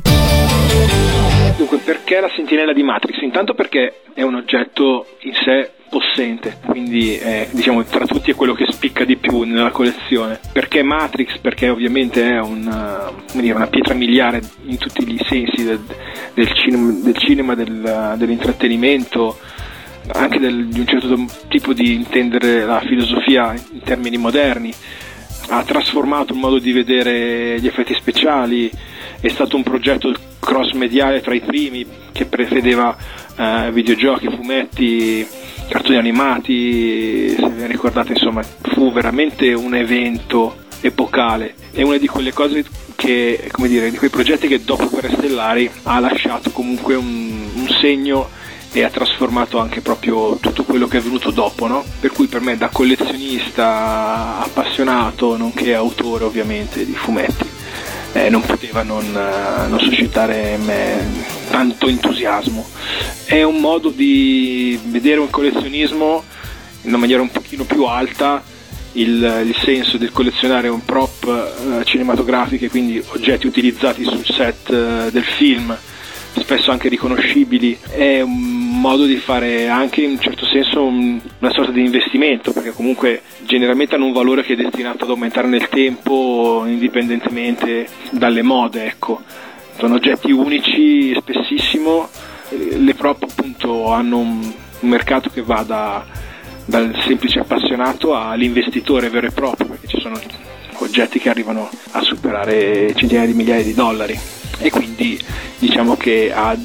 S14: Dunque, perché la sentinella di Matrix? Intanto perché è un oggetto in sé possente, quindi eh, diciamo tra tutti è quello che spicca di più nella collezione. Perché Matrix? Perché ovviamente è una, come dire, una pietra miliare in tutti i sensi del, del cinema, del, cinema del, dell'intrattenimento, anche del, di un certo tipo di intendere la filosofia in termini moderni. Ha trasformato il modo di vedere gli effetti speciali, è stato un progetto cross-mediale tra i primi che prevedeva eh, videogiochi, fumetti, cartoni animati, se vi ricordate, insomma fu veramente un evento epocale. È una di quelle cose che, come dire, di quei progetti che dopo Guerre Stellari ha lasciato comunque un, un segno e ha trasformato anche proprio tutto quello che è venuto dopo, no? Per cui per me, da collezionista appassionato, nonché autore ovviamente di fumetti, eh, non poteva non, non suscitare in me tanto entusiasmo. È un modo di vedere un collezionismo in una maniera un pochino più alta, il, il senso del collezionare un prop eh, cinematografiche, quindi oggetti utilizzati sul set eh, del film, spesso anche riconoscibili. È un modo di fare anche in un certo senso un, una sorta di investimento, perché comunque generalmente hanno un valore che è destinato ad aumentare nel tempo indipendentemente dalle mode, ecco. Sono oggetti unici spessissimo, le prop appunto hanno un, un mercato che va da, dal semplice appassionato all'investitore vero e proprio, perché ci sono oggetti che arrivano a superare centinaia di migliaia di dollari. E quindi diciamo che ha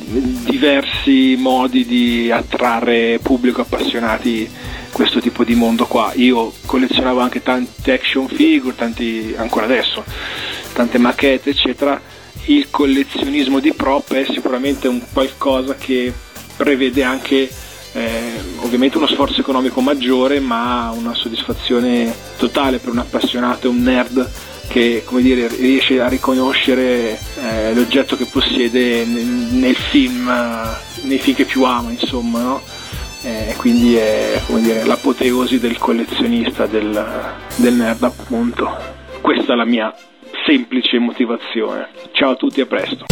S14: diversi modi di attrarre pubblico appassionati questo tipo di mondo qua. Io collezionavo anche tante action figure, tanti ancora adesso, tante maquette eccetera. Il collezionismo di prop è sicuramente un qualcosa che prevede anche eh, ovviamente uno sforzo economico maggiore, ma una soddisfazione totale per un appassionato e un nerd che, come dire, riesce a riconoscere eh, l'oggetto che possiede nel, nel film, nei film che più ama, insomma, no? Eh, quindi è, come dire, l'apoteosi del collezionista, del, del nerd appunto. Questa è la mia semplice motivazione. Ciao a tutti, a presto.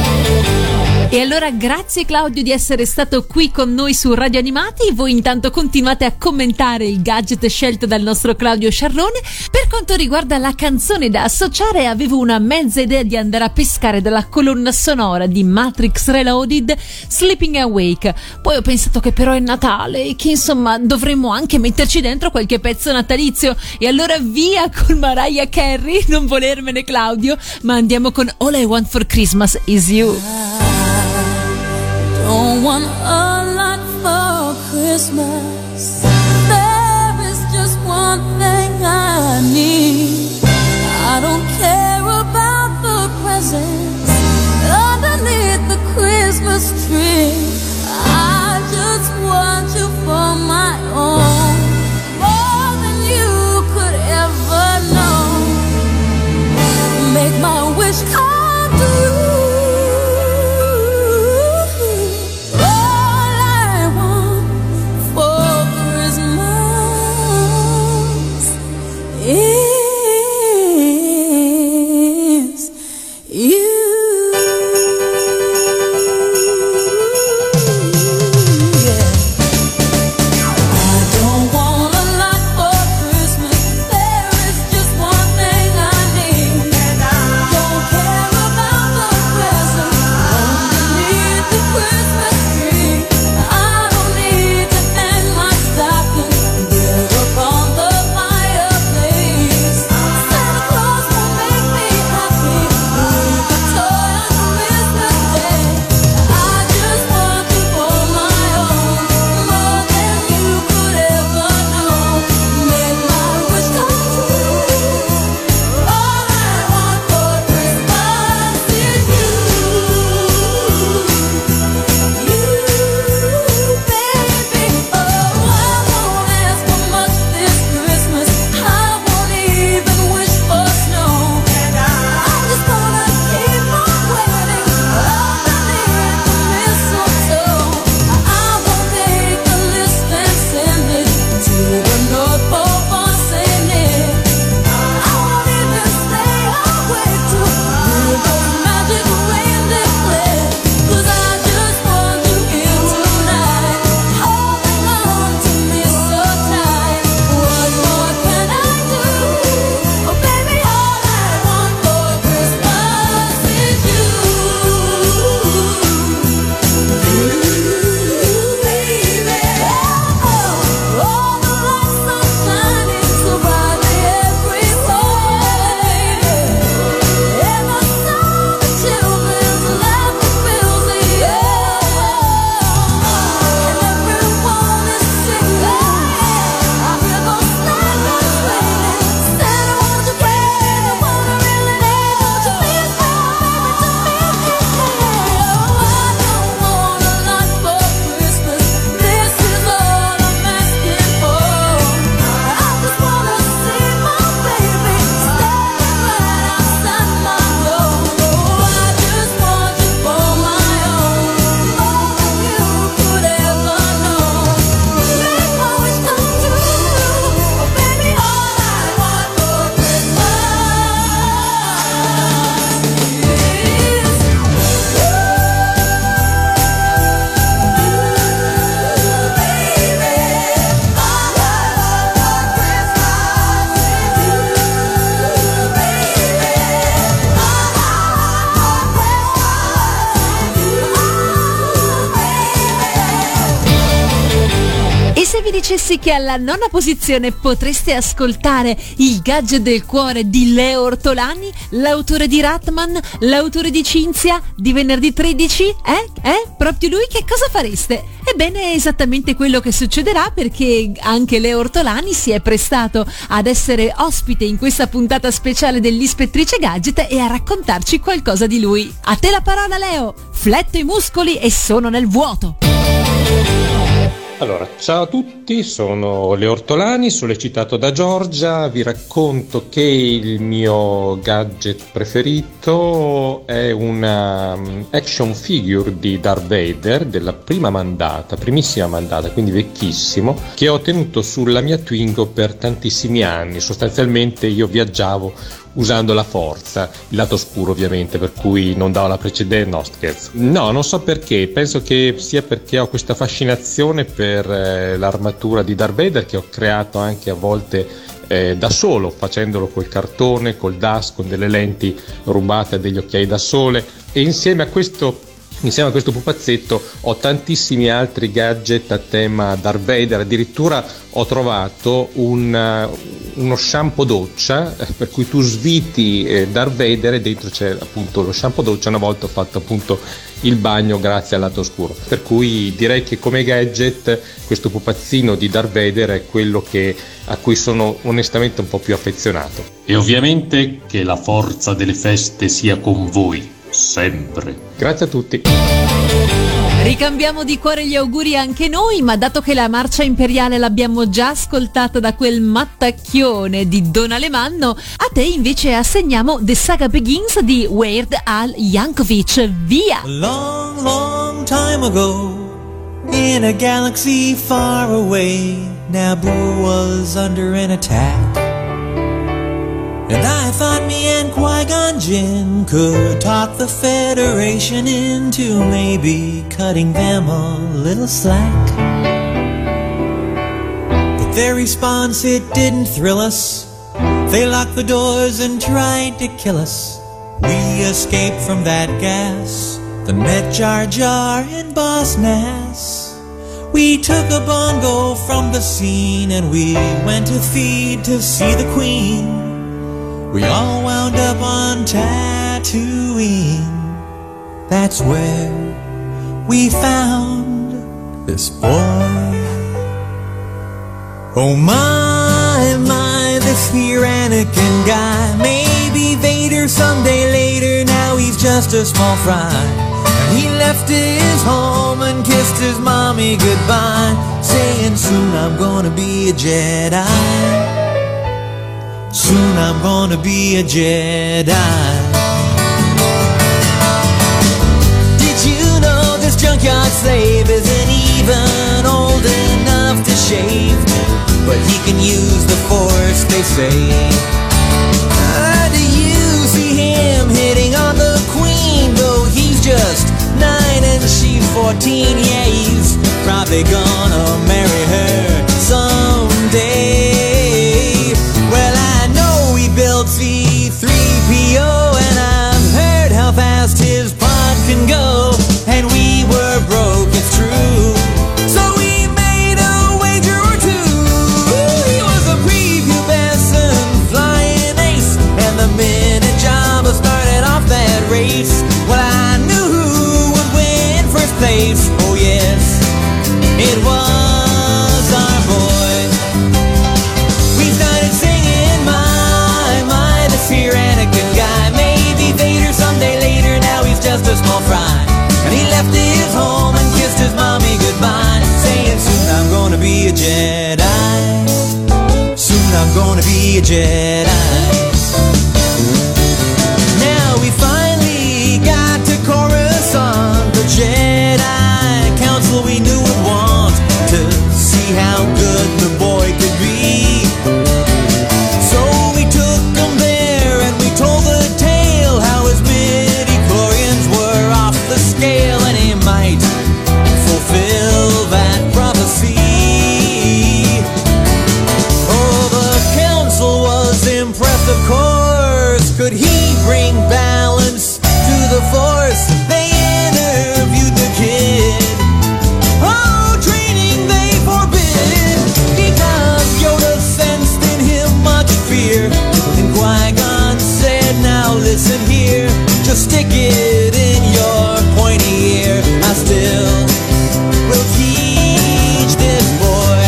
S2: E allora grazie Claudio di essere stato qui con noi su Radio Animati. Voi intanto continuate a commentare il gadget scelto dal nostro Claudio Sciarrone. Per quanto riguarda la canzone da associare, avevo una mezza idea di andare a pescare dalla colonna sonora di Matrix Reloaded, Sleeping Awake. Poi ho pensato che però è Natale e che insomma dovremmo anche metterci dentro qualche pezzo natalizio. E allora via con Mariah Carey, non volermene Claudio, ma andiamo con All I Want for Christmas Is You.
S15: Don't want a lot for Christmas. There is just one thing I need. I don't care about the presents underneath the Christmas tree. I just want you for my own, more than you could ever know. Make my wish come true. For
S2: dicessi che alla nona posizione potreste ascoltare il gadget del cuore di Leo Ortolani, l'autore di Ratman, l'autore di Cinzia, di Venerdì tredici? Eh? Eh? Proprio lui, che cosa fareste? Ebbene, è esattamente quello che succederà, perché anche Leo Ortolani si è prestato ad essere ospite in questa puntata speciale dell'Ispettrice Gadget e a raccontarci qualcosa di lui. A te la parola, Leo! Fletto i muscoli e sono nel vuoto.
S16: Allora, ciao a tutti, sono Leo Ortolani, sollecitato da Giorgia. Vi racconto che il mio gadget preferito è una action figure di Darth Vader della prima mandata, primissima mandata, quindi vecchissimo, che ho tenuto sulla mia Twingo per tantissimi anni. Sostanzialmente io viaggiavo usando la forza, il lato oscuro ovviamente, per cui non davo la precedenza. No, scherzo. No, non so perché, penso che sia perché ho questa fascinazione per eh, l'armatura di Darth Vader, che ho creato anche a volte eh, da solo, facendolo col cartone, col D A S, con delle lenti rubate, degli occhiali da sole, e insieme a questo Insieme a questo pupazzetto ho tantissimi altri gadget a tema Darth Vader. Addirittura ho trovato un, uno shampoo doccia, per cui tu sviti eh, Darth Vader e dentro c'è appunto lo shampoo doccia. Una volta ho fatto appunto il bagno grazie al lato oscuro, per cui direi che come gadget questo pupazzino di Darth Vader è quello che, a cui sono onestamente un po' più affezionato.
S17: E ovviamente che la forza delle feste sia con voi sempre.
S16: Grazie a tutti.
S2: Ricambiamo di cuore gli auguri anche noi, ma dato che la marcia imperiale l'abbiamo già ascoltata da quel mattacchione di Don Alemanno, a te invece assegniamo The Saga Begins di Weird Al Yankovic. Via!
S18: A long, long time ago, in a galaxy far away, Naboo was under an attack. And I thought me and Qui-Gon Jinn could talk the Federation into maybe cutting them a little slack. But their response, it didn't thrill us. They locked the doors and tried to kill us. We escaped from that gas, then met Jar Jar and Boss Nass. We took a bongo from the scene and we went to feed to see the Queen. We all wound up on Tatooine. That's where we found this boy. Oh my, my, this here Anakin guy. Maybe Vader someday later, now he's just a small fry. And he left his home and kissed his mommy goodbye, saying soon I'm gonna be a Jedi. Soon I'm gonna be a Jedi. Did you know this junkyard slave isn't even old enough to shave? But he can use the Force, they say. Uh, do you see him hitting on the Queen? Though he's just nine and she's fourteen. Yeah, he's probably gonna marry her someday. Well, I know he built C three P O, and I've heard how fast his pod can go. And we were broke, it's true, so we made a wager or two. He was a prepubescent flying ace, and the minute Jabba started off that race, well, I knew who would win first place. Oh yes, it was our boy. We started singing, my, my, this here Anakin guy. Maybe Vader someday later, now he's just a small fry. And he left his home and kissed his mommy goodbye, saying soon I'm gonna be a Jedi. Soon I'm gonna be a Jedi. Now we finally got to Coruscant, the Jedi Council we knew would want to see how good the boy could be. So we took him there and we told the tale, how his midi-chlorians were off the scale, and he might fulfill that prophecy. Oh, the council was impressed, of course. Could he bring balance to the Force? They interviewed the kid. Oh, training they forbid. stick it in your pointy ear. I still will teach this boy.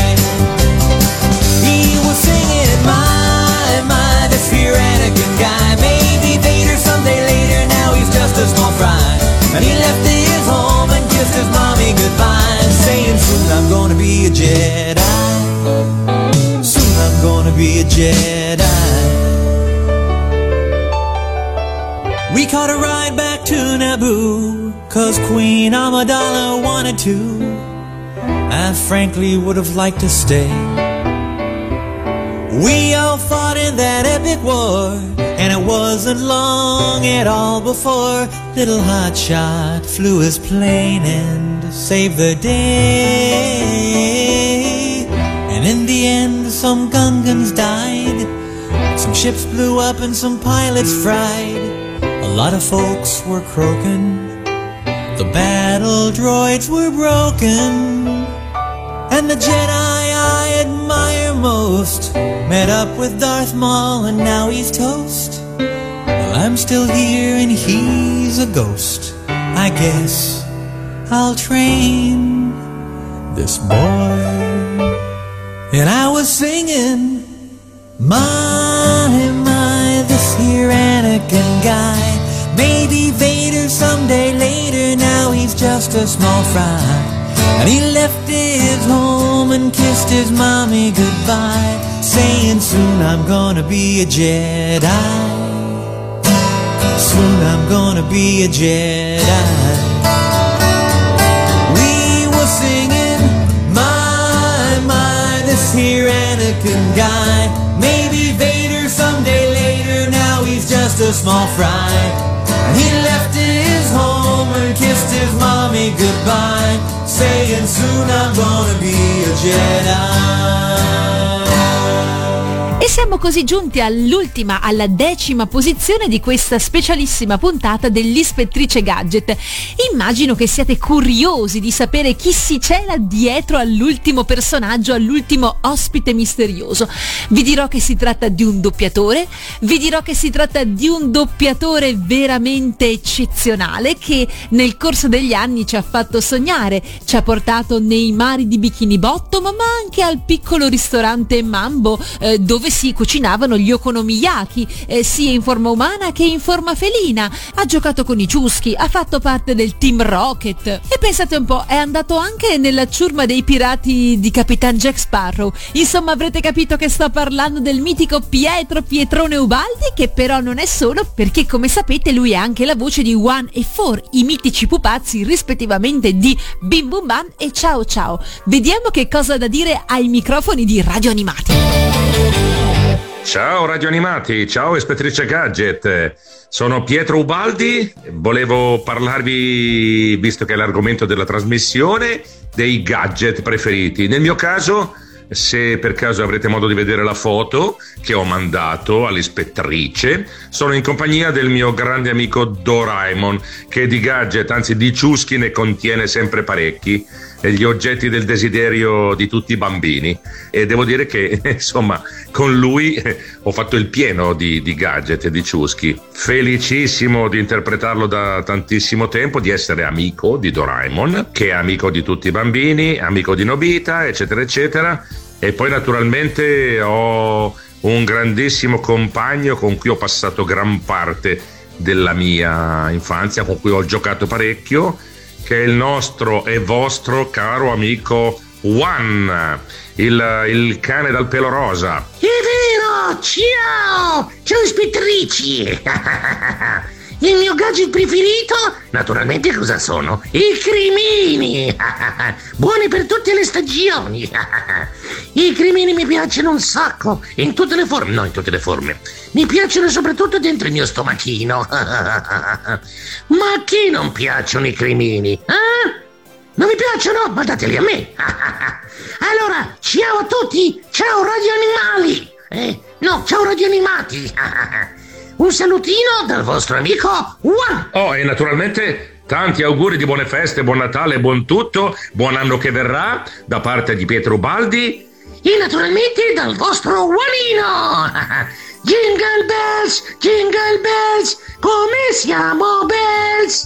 S18: He was singing, my, my, this here Anakin guy. Maybe Vader someday later, now he's just a small fry. And he left his home and kissed his mommy goodbye, saying soon I'm gonna be a Jedi. Soon I'm gonna be a Jedi. We caught a ride back to Naboo, cause Queen Amidala wanted to. I frankly would have liked to stay. We all fought in that epic war, and it wasn't long at all before little Hotshot flew his plane and saved the day. And in the end, some Gungans died, some ships blew up and some pilots fried. A lot of folks were croaking, the battle droids were broken, and the Jedi I admire most met up with Darth Maul and now he's toast. Well, I'm still here and he's a ghost. I guess I'll train this boy. And I was singing, my, my, this here Anakin guy. Maybe Vader someday later, now he's just a small fry. And he left his home and kissed his mommy goodbye, saying soon I'm gonna be a Jedi. Soon I'm gonna be a Jedi. We were singing, my, my, this here Anakin guy. Maybe Vader someday later, now he's just a small fry. And he left his home and kissed his mommy goodbye, saying soon I'm gonna be a Jedi.
S2: E siamo così giunti all'ultima, alla decima posizione di questa specialissima puntata dell'Ispettrice Gadget. Immagino che siate curiosi di sapere chi si cela dietro all'ultimo personaggio, all'ultimo ospite misterioso. Vi dirò che si tratta di un doppiatore, vi dirò che si tratta di un doppiatore veramente eccezionale che nel corso degli anni ci ha fatto sognare, ci ha portato nei mari di Bikini Bottom, ma anche al piccolo ristorante Mambo, eh, dove si cucinavano gli okonomiyaki, eh, sia in forma umana che in forma felina. Ha giocato con i ciuschi, ha fatto parte del Team Rocket e pensate un po', è andato anche nella ciurma dei pirati di Capitan Jack Sparrow. Insomma, avrete capito che sto parlando del mitico Pietro Pietrone Ubaldi, che però non è solo, perché come sapete lui è anche la voce di One e Four, i mitici pupazzi rispettivamente di Bim Bum Bam e Ciao Ciao. Vediamo che cosa ha da dire ai microfoni di Radio Animati.
S19: Ciao Radio Animati, ciao Ispettrice Gadget, sono Pietro Ubaldi, volevo parlarvi, visto che è l'argomento della trasmissione, dei gadget preferiti. Nel mio caso, se per caso avrete modo di vedere la foto che ho mandato all'ispettrice, sono in compagnia del mio grande amico Doraemon, che di gadget, anzi di ciuschi, ne contiene sempre parecchi, e gli oggetti del desiderio di tutti i bambini. E devo dire che insomma con lui eh, ho fatto il pieno di, di gadget e di ciuschi. Felicissimo di interpretarlo da tantissimo tempo, di essere amico di Doraemon, che è amico di tutti i bambini, amico di Nobita, eccetera eccetera. E poi naturalmente ho un grandissimo compagno con cui ho passato gran parte della mia infanzia, con cui ho giocato parecchio, che è il nostro e vostro caro amico One, il, il cane dal pelo rosa.
S20: È vero, ciao, ciao ispettrici. Il mio gadget preferito, naturalmente cosa sono? I crimini. Buoni per tutte le stagioni. I crimini mi piacciono un sacco, in tutte le forme, no in tutte le forme. Mi piacciono soprattutto dentro il mio stomachino. Ma a chi non piacciono i crimini? Eh? Non mi piacciono? Ma dateli a me. Allora, ciao a tutti, ciao Radio Animali. Eh? No, ciao Radio Animati. Un salutino dal vostro amico One.
S19: Oh, e naturalmente tanti auguri di buone feste, buon Natale, buon tutto, buon anno che verrà da parte di Pietro Ubaldi.
S20: E naturalmente dal vostro Wanino. Jingle bells, jingle bells, come siamo bells!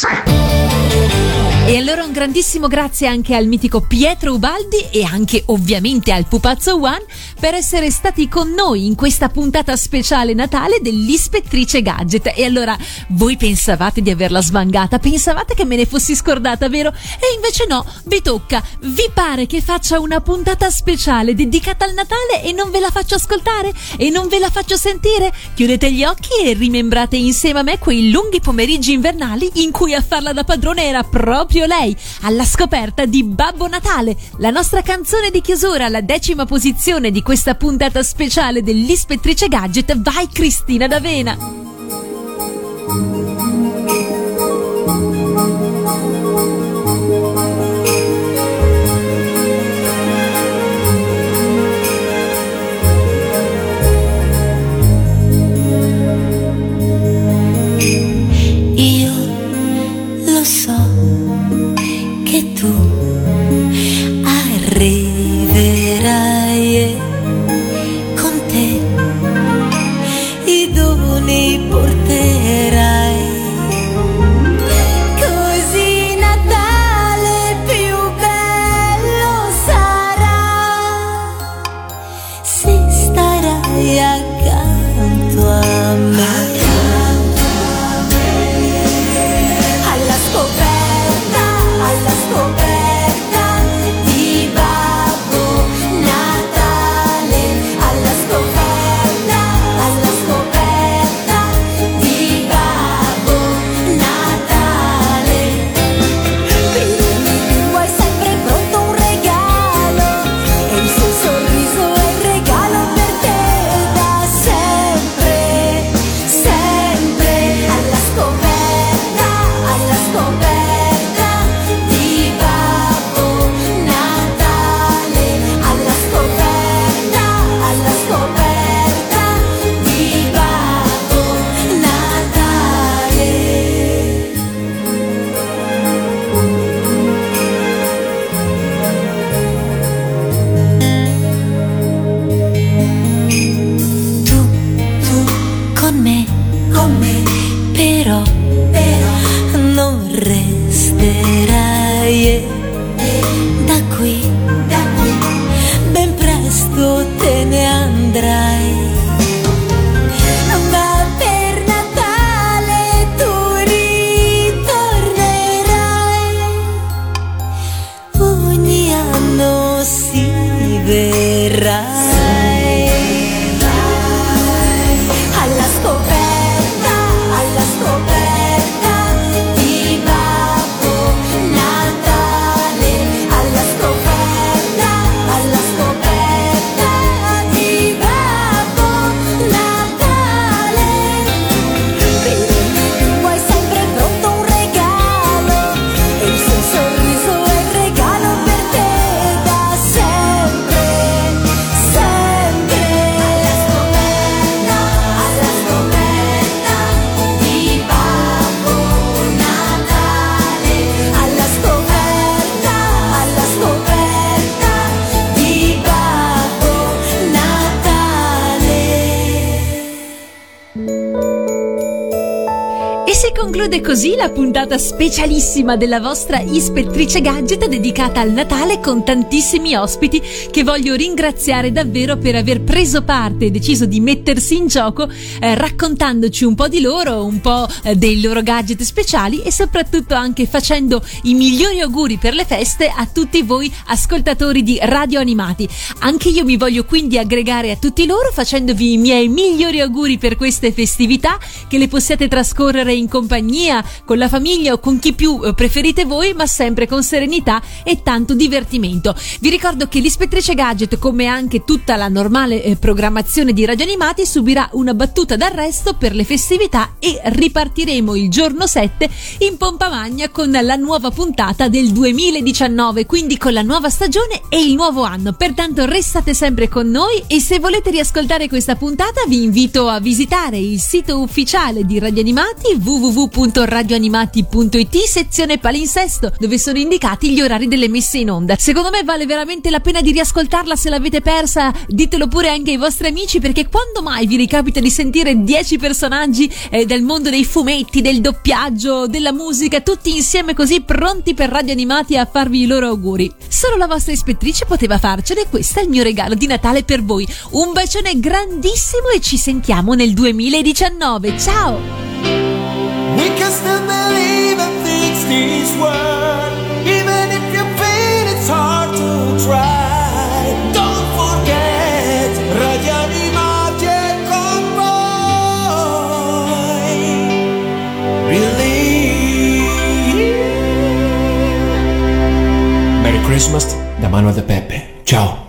S2: E allora un grandissimo grazie anche al mitico Pietro Ubaldi e anche ovviamente al Pupazzo One per essere stati con noi in questa puntata speciale Natale dell'Ispettrice Gadget. E allora voi pensavate di averla svangata, pensavate che me ne fossi scordata, vero? E invece no, vi tocca. Vi pare che faccia una puntata speciale dedicata al Natale e non ve la faccio ascoltare? E non ve la faccio sentire? Chiudete gli occhi e rimembrate insieme a me quei lunghi pomeriggi invernali in cui a farla da padrone era proprio lei, alla scoperta di Babbo Natale, la nostra canzone di chiusura, alla decima posizione di questa puntata speciale dell'Ispettrice Gadget. Vai Cristina D'Avena!
S15: Io lo so che tu arriverai e con te i doni porterai, così Natale più bello sarà se starai accanto a me. Alla scoperta di Babbo Natale, alla scoperta, alla scoperta di Babbo Natale. Per lui vuoi sempre pronto un regalo e il suo sorriso è il regalo per te da sempre, sempre. Alla scoperta, alla scoperta però, però non resterai e da qui, da qui ben presto te ne andrai. Ma per Natale tu ritornerai, ogni anno si verrà. Alla scoperta, alla scoperta di Babbo Natale, alla scoperta, alla scoperta di Babbo Natale. Per lui vuoi sempre pronto un regalo e il suo sorriso è il regalo per te da sempre, sempre. Alla scoperta, alla scoperta di Babbo Natale, alla scoperta, alla scoperta di Babbo Natale.
S2: E si conclude così la puntata specialissima della vostra Ispettrice Gadget dedicata al Natale con tantissimi ospiti che voglio ringraziare davvero per aver preso parte e deciso di mettersi in gioco eh, raccontandoci un po' di loro, un po' eh, dei loro gadget speciali e soprattutto anche facendo i migliori auguri per le feste a tutti voi ascoltatori di Radio Animati. Anche io mi voglio quindi aggregare a tutti loro facendovi i miei migliori auguri per queste festività, che le possiate trascorrere in compagnia, con la famiglia o con chi più preferite voi, ma sempre con serenità e tanto divertimento. Vi ricordo che l'Ispettrice Gadget, come anche tutta la normale eh, programmazione di Radio Animati, subirà una battuta d'arresto per le festività e ripartiremo il giorno sette in pompa magna con la nuova puntata del duemiladiciannove, quindi con la nuova stagione e il nuovo anno. Pertanto restate sempre con noi e se volete riascoltare questa puntata vi invito a visitare il sito ufficiale di Radio Animati w w w w punto radioanimati punto it, sezione palinsesto, dove sono indicati gli orari delle messe in onda. Secondo me vale veramente la pena di riascoltarla. Se l'avete persa, ditelo pure anche ai vostri amici, perché quando mai vi ricapita di sentire dieci personaggi eh, del mondo dei fumetti, del doppiaggio, della musica, tutti insieme così pronti per Radio Animati a farvi i loro auguri? Solo la vostra ispettrice poteva farcene, questo è il mio regalo di Natale per voi. Un bacione grandissimo e ci sentiamo nel duemiladiciannove. Ciao!
S13: We can still believe in things this world, even if you feel it's hard to try. Don't forget, Radio Animati è con voi. Really.
S21: Merry Christmas da Manuel De Peppe. Ciao.